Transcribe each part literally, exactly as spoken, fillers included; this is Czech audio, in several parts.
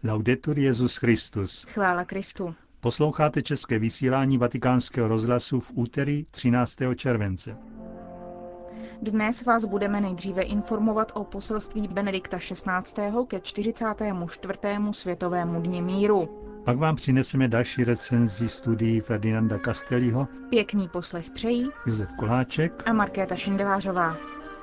Laudetur Jesus Christus. Chvála Kristu. Posloucháte české vysílání Vatikánského rozhlasu v úterý třináctého července. Dnes vás budeme nejdříve informovat o poselství Benedikta šestnáctého ke čtyřicátému čtvrtému světovému dni míru. Pak vám přineseme další recenzi studií Ferdinanda Castelliho, Pěkný poslech přejí Josef Koláček a Markéta Šindelářová.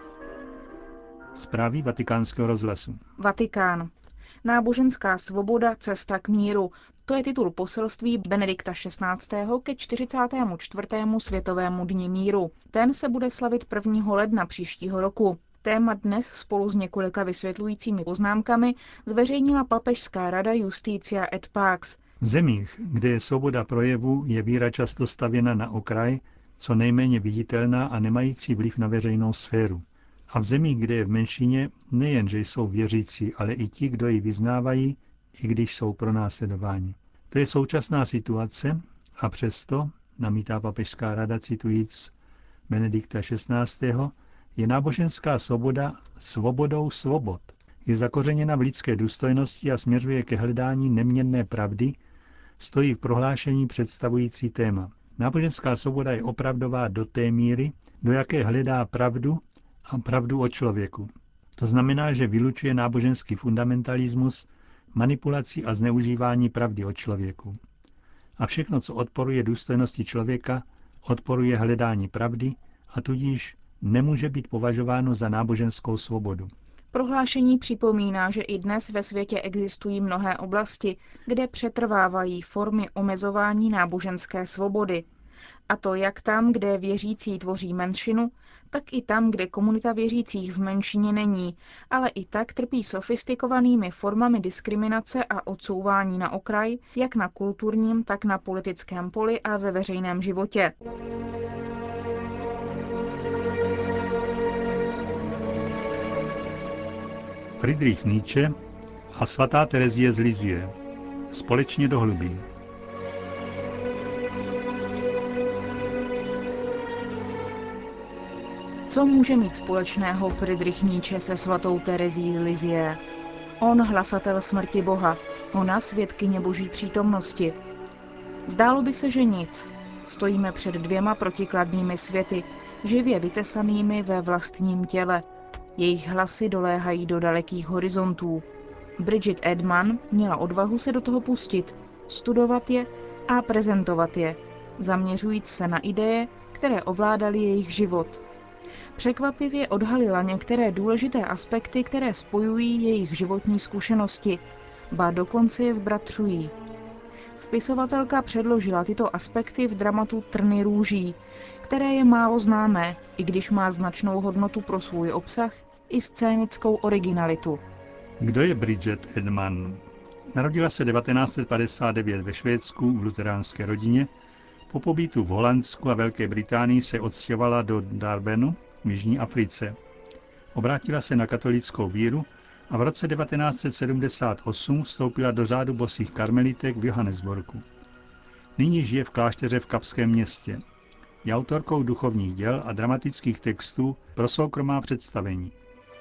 Zprávy Vatikánského rozhlasu. Vatikán. Náboženská svoboda, cesta k míru. To je titul poselství Benedikta šestnáctého ke čtyřicátému čtvrtému světovému dni míru. Ten se bude slavit prvního ledna příštího roku. Téma dnes spolu s několika vysvětlujícími poznámkami zveřejnila papežská rada Justitia et Pax. V zemích, kde je svoboda projevu, je víra často stavěna na okraj, co nejméně viditelná a nemající vliv na veřejnou sféru. A v zemích, kde je v menšině, nejen, že jsou věřící, ale i ti, kdo ji vyznávají, i když jsou pronásledováni. To je současná situace a přesto, namítá papežská rada citujíc Benedikta šestnáctého, je náboženská svoboda svobodou svobod. Je zakořeněna v lidské důstojnosti a směřuje ke hledání neměnné pravdy, stojí v prohlášení představující téma. Náboženská svoboda je opravdová do té míry, do jaké hledá pravdu a pravdu o člověku. To znamená, že vylučuje náboženský fundamentalismus, manipulaci a zneužívání pravdy o člověku. A všechno, co odporuje důstojnosti člověka, odporuje hledání pravdy a tudíž nemůže být považováno za náboženskou svobodu. Prohlášení připomíná, že i dnes ve světě existují mnohé oblasti, kde přetrvávají formy omezování náboženské svobody. A to jak tam, kde věřící tvoří menšinu, tak i tam, kde komunita věřících v menšině není, ale i tak trpí sofistikovanými formami diskriminace a odsouvání na okraj, jak na kulturním, tak na politickém poli a ve veřejném životě. Friedrich Nietzsche a svatá Terezie z Lisie. Společně do hlubin. Co může mít společného Friedrich Nietzsche se svatou Terezí z Lisie? On hlasatel smrti Boha, ona svědkyně Boží přítomnosti. Zdálo by se, že nic. Stojíme před dvěma protikladnými světy, živě vytesanými ve vlastním těle. Jejich hlasy doléhají do dalekých horizontů. Bridget Edman měla odvahu se do toho pustit, studovat je a prezentovat je, zaměřujíc se na ideje, které ovládaly jejich život. Překvapivě odhalila některé důležité aspekty, které spojují jejich životní zkušenosti, ba dokonce je zbratřují. Spisovatelka předložila tyto aspekty v dramatu Trny růží, které je málo známé, i když má značnou hodnotu pro svůj obsah i scénickou originalitu. Kdo je Bridget Edman? Narodila se devatenáct set padesát devět ve Švédsku v luteránské rodině. Po pobytu v Holandsku a Velké Británii se odstěhovala do Durbanu v Jižní Africe. Obrátila se na katolickou víru a v roce devatenáct set sedmdesát osm vstoupila do řádu bosých karmelitek v Johannesburgu. Nyní žije v klášteře v Kapském městě. Je autorkou duchovních děl a dramatických textů pro soukromá představení.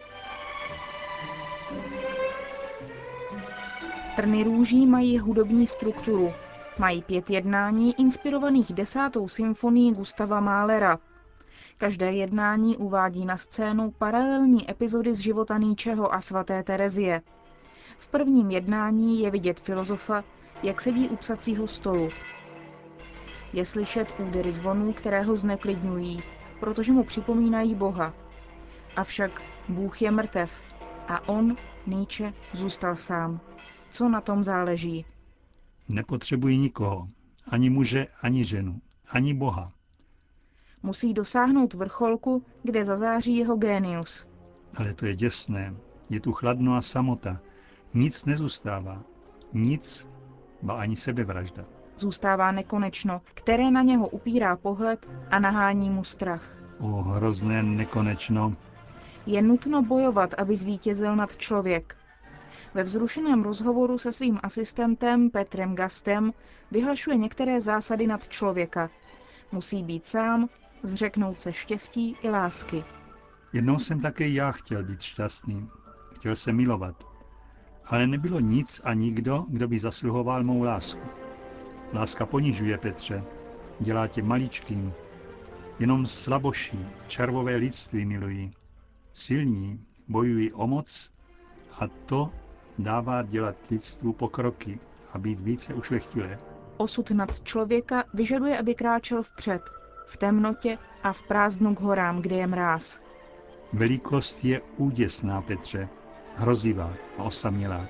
Trny růží mají hudební strukturu. Mají pět jednání inspirovaných desátou symfonií Gustava Mahlera. Každé jednání uvádí na scénu paralelní epizody z života Nietzscheho a svaté Terezie. V prvním jednání je vidět filozofa, jak sedí u psacího stolu. Je slyšet údery zvonů, které ho zneklidňují, protože mu připomínají Boha. Avšak Bůh je mrtev a on, Nietzsche, zůstal sám. Co na tom záleží? Nepotřebují nikoho, ani muže, ani ženu, ani Boha. Musí dosáhnout vrcholku, kde zazáří jeho génius. Ale to je děsné, je tu chladno a samota, nic nezůstává, nic, ba ani sebevražda. Zůstává nekonečno, které na něho upírá pohled a nahání mu strach. O hrozné nekonečno. Je nutno bojovat, aby zvítězil nad člověk. Ve vzrušeném rozhovoru se svým asistentem Petrem Gastem vyhlašuje některé zásady nad člověka. Musí být sám, zřeknout se štěstí i lásky. Jednou jsem také já chtěl být šťastný. Chtěl jsem milovat. Ale nebylo nic a nikdo, kdo by zasluhoval mou lásku. Láska ponižuje, Petře, dělá tě maličkým. Jenom slaboší, červové lidství milují. Silní bojují o moc a to dává dělat lidstvu pokroky a být více ušlechtilé. Osud nad člověka vyžaduje, aby kráčel vpřed, v temnotě a v prázdnu k horám, kde je mráz. Velikost je úděsná, Petře, hrozivá a osamělá.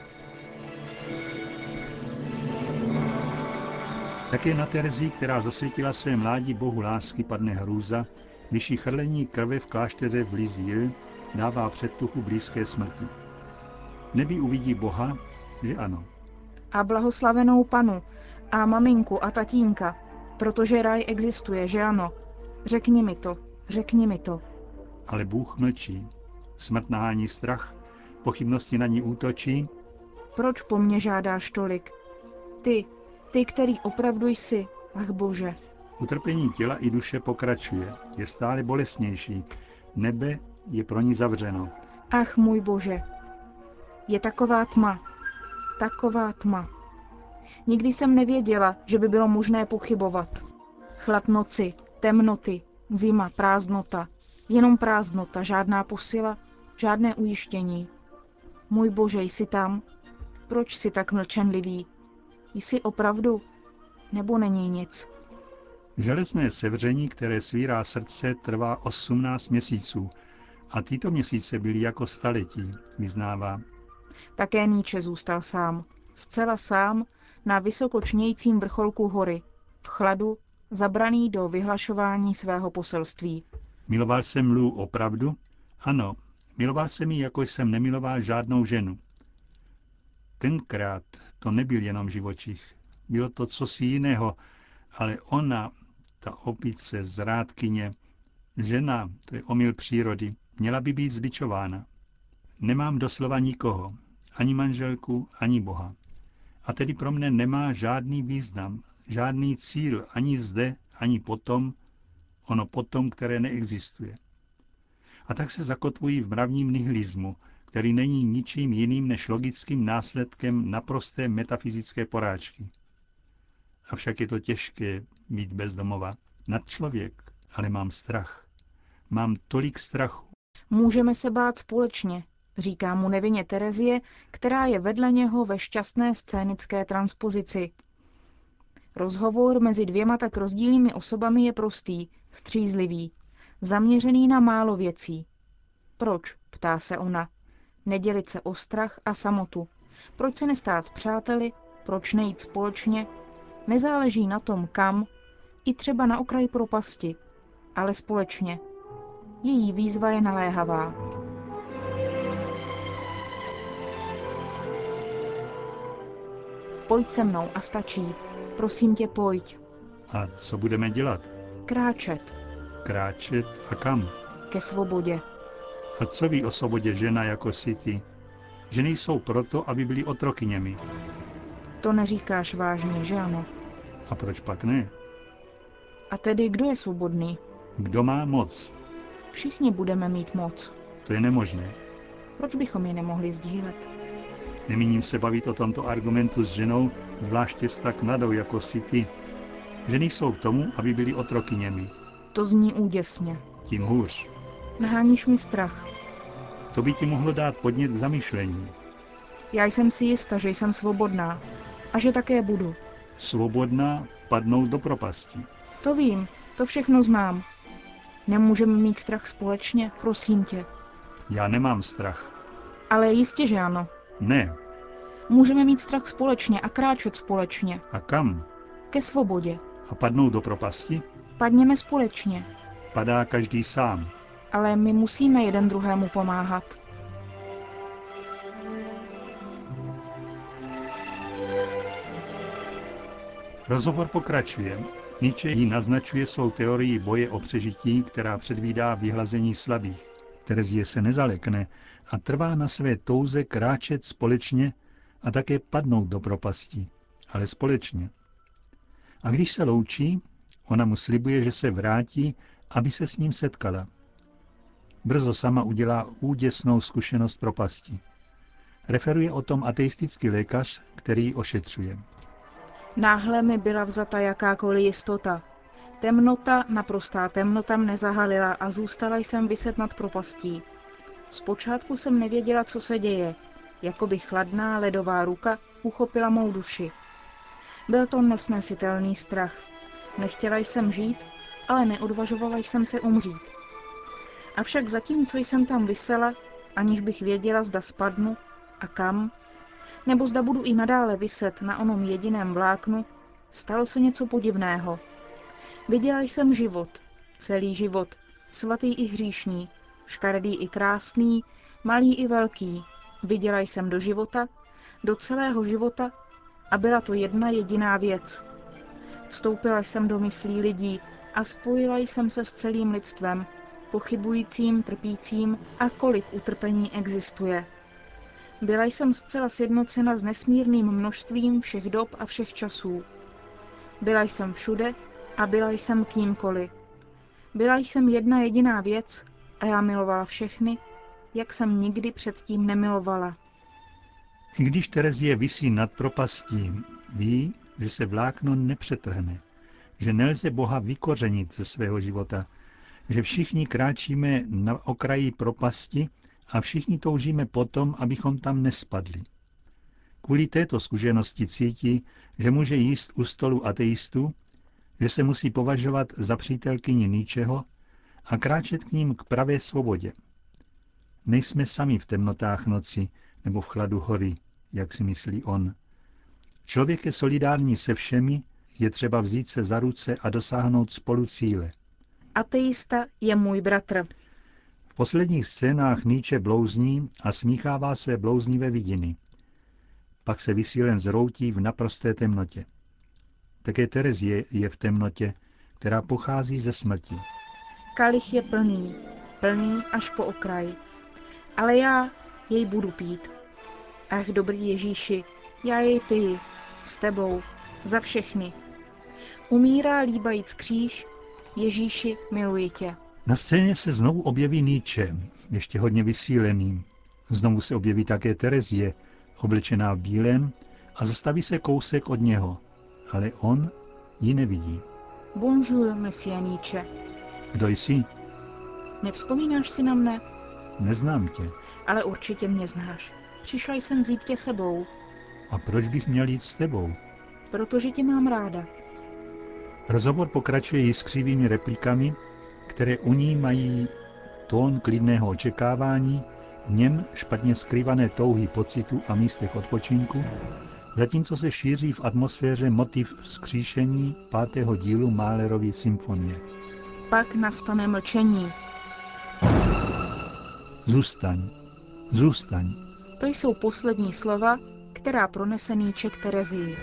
Také na Terezii, která zasvětila své mládí bohu lásky, padne hrůza, když jí chrlení krve v klášteře v Lisieux dává předtuchu blízké smrti. Nebi uvidí Boha, že ano. A blahoslavenou panu, a maminku a tatínka, protože raj existuje, že ano. Řekni mi to, řekni mi to. Ale Bůh mlčí. Smrt nahání strach, pochybnosti na ní útočí. Proč po mně žádáš tolik? Ty, ty, který opravdu jsi, ach Bože. Utrpení těla i duše pokračuje, je stále bolestnější. Nebe je pro ní zavřeno. Ach můj Bože. Je taková tma, taková tma. Nikdy jsem nevěděla, že by bylo možné pochybovat. Chlad noci, temnoty, zima, prázdnota. Jenom prázdnota, žádná posila, žádné ujištění. Můj Bože, jsi tam? Proč jsi tak mlčenlivý? Jsi opravdu? Nebo není nic? Železné sevření, které svírá srdce, trvá osmnáct měsíců a tyto měsíce byly jako staletí, vyznává. Také Nietzsche zůstal sám. Zcela sám na vysoko čnějícím vrcholku hory. V chladu, zabraný do vyhlašování svého poselství. Miloval jsem Lou opravdu? Ano, miloval jsem ji, jako jsem nemiloval žádnou ženu. Tenkrát to nebyl jenom živočich. Bylo to cosi jiného, ale ona, ta opice, zrádkyně, žena, to je omyl přírody, měla by být zbičována. Nemám doslova nikoho, ani manželku, ani Boha. A tedy pro mne nemá žádný význam, žádný cíl, ani zde, ani potom, ono potom, které neexistuje. A tak se zakotvují v mravním nihilismu, který není ničím jiným než logickým následkem naprosté metafyzické porážky. Avšak je to těžké být bezdomova. Nad člověk, ale mám strach. Mám tolik strachu. Můžeme se bát společně, říká mu nevinně Terezie, která je vedle něho ve šťastné scénické transpozici. Rozhovor mezi dvěma tak rozdílnými osobami je prostý, střízlivý, zaměřený na málo věcí. Proč, ptá se ona, nedělit se o strach a samotu? Proč se nestát přáteli? Proč nejít společně? Nezáleží na tom, kam, i třeba na okraji propasti, ale společně. Její výzva je naléhavá. Pojď se mnou a stačí. Prosím tě, pojď. A co budeme dělat? Kráčet. Kráčet a kam? Ke svobodě. A co ví o svobodě žena jako si ty? Ženy jsou proto, aby byly otrokyněmi. To neříkáš vážně, že ano? A proč pak ne? A tedy kdo je svobodný? Kdo má moc? Všichni budeme mít moc. To je nemožné. Proč bychom ji nemohli sdílet? Nemíním se bavit o tomto argumentu s ženou, zvláště s tak mladou jako si ty. Ženy jsou k tomu, aby byly otrokyněmi. To zní úděsně. Tím hůř. Naháníš mi strach. To by ti mohlo dát podnět k zamyšlení. Já jsem si jista, že jsem svobodná. A že také budu. Svobodná padnout do propasti. To vím, to všechno znám. Nemůžeme mít strach společně, prosím tě. Já nemám strach. Ale jistě, že ano. Ne. Můžeme mít strach společně a kráčet společně. A kam? Ke svobodě. A padnout do propasti? Padněme společně. Padá každý sám. Ale my musíme jeden druhému pomáhat. Rozhovor pokračuje. Nietzsche jí naznačuje svou teorii boje o přežití, která předvídá vyhlazení slabých. Terezie se nezalekne a trvá na své touze kráčet společně a také padnout do propasti, ale společně. A když se loučí, ona mu slibuje, že se vrátí, aby se s ním setkala. Brzo sama udělá úděsnou zkušenost propasti. Referuje o tom ateistický lékař, který ji ošetřuje. Náhle mi byla vzata jakákoliv jistota. Temnota, naprostá temnota mne zahalila a zůstala jsem viset nad propastí. Zpočátku jsem nevěděla, co se děje. Jakoby chladná ledová ruka uchopila mou duši. Byl to nesnesitelný strach. Nechtěla jsem žít, ale neodvažovala jsem se umřít. Avšak zatímco jsem tam visela, aniž bych věděla, zda spadnu a kam, nebo zda budu i nadále viset na onom jediném vláknu, stalo se něco podivného. Viděla jsem život, celý život, svatý i hříšný, škaredý i krásný, malý i velký. Viděla jsem do života, do celého života a byla to jedna jediná věc. Vstoupila jsem do myslí lidí a spojila jsem se s celým lidstvem, pochybujícím, trpícím a kolik utrpení existuje. Byla jsem zcela sjednocena s nesmírným množstvím všech dob a všech časů. Byla jsem všude a byla jsem kýmkoliv. Byla jsem jedna jediná věc a já milovala všechny, jak jsem nikdy předtím nemilovala. I když Terezie visí nad propastí, ví, že se vlákno nepřetrhne, že nelze Boha vykořenit ze svého života, že všichni kráčíme na okraji propasti a všichni toužíme potom, abychom tam nespadli. Kvůli této zkušenosti cítí, že může jíst u stolu ateistů, že se musí považovat za přítelkyni ničeho a kráčet k ním k pravé svobodě. Nejsme sami v temnotách noci nebo v chladu hory, jak si myslí on. Člověk je solidární se všemi, je třeba vzít se za ruce a dosáhnout spolu cíle. Ateista je můj bratr. V posledních scénách Nietzsche blouzní a smíchává své blouznivé vidiny. Pak se vysílen zroutí v naprosté temnotě. Také Terezie je v temnotě, která pochází ze smrti. Kalich je plný, plný až po okraj. Ale já jej budu pít. Ach, dobrý Ježíši, já jej piji, s tebou, za všechny. Umírá líbajíc kříž, Ježíši, miluji tě. Na scéně se znovu objeví Nietzsche, ještě hodně vysílený. Znovu se objeví také Terezie, oblečená v bílém, a zastaví se kousek od něho. Ale on ji nevidí. Bonjour, monsieur Nietzsche. Kdo jsi? Nevzpomínáš si na mne? Neznám tě. Ale určitě mě znáš. Přišla jsem vzít tě sebou. A proč bych měl jít s tebou? Protože tě mám ráda. Rozhovor pokračuje jiskřivými replikami, které u ní mají tón klidného očekávání, v něm špatně skrývané touhy pocitu a místech odpočinku, zatímco se šíří v atmosféře motiv vzkříšení pátého dílu Mahlerovy symfonie. Pak nastane mlčení. Zůstaň, zůstaň. To jsou poslední slova, která pronese Nietzsche k Terezii.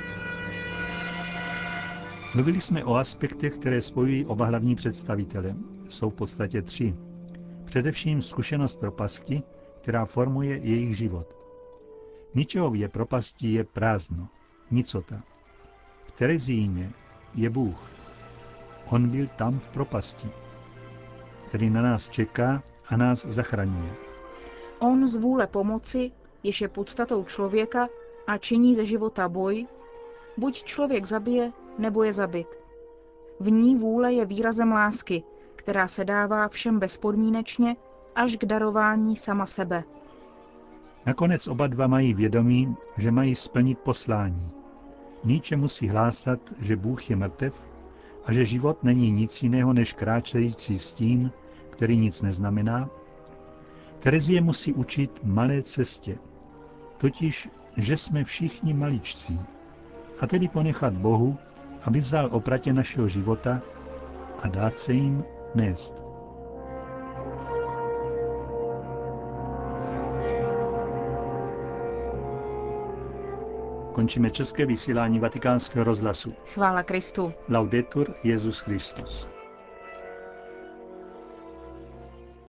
Mluvili jsme o aspektech, které spojují oba hlavní představitele. Jsou v podstatě tři. Především zkušenost propasti, která formuje jejich život. Nietzscheově propastí je prázdno, nicota. V Terezíně je Bůh. On byl tam v propasti, který na nás čeká a nás zachraňuje. On z vůle pomoci, jež je podstatou člověka a činí ze života boj, buď člověk zabije, nebo je zabit. V ní vůle je výrazem lásky, která se dává všem bezpodmínečně až k darování sama sebe. Nakonec oba dva mají vědomí, že mají splnit poslání. Nietzsche musí hlásat, že Bůh je mrtev a že život není nic jiného než kráčející stín, který nic neznamená. Terezie musí učit malé cestě, totiž, že jsme všichni maličcí, a tedy ponechat Bohu, aby vzal opratě našeho života a dát se jim nést. Končíme české vysílání Vatikánského rozhlasu. Chvála Kristu. Laudetur Jesus Christus.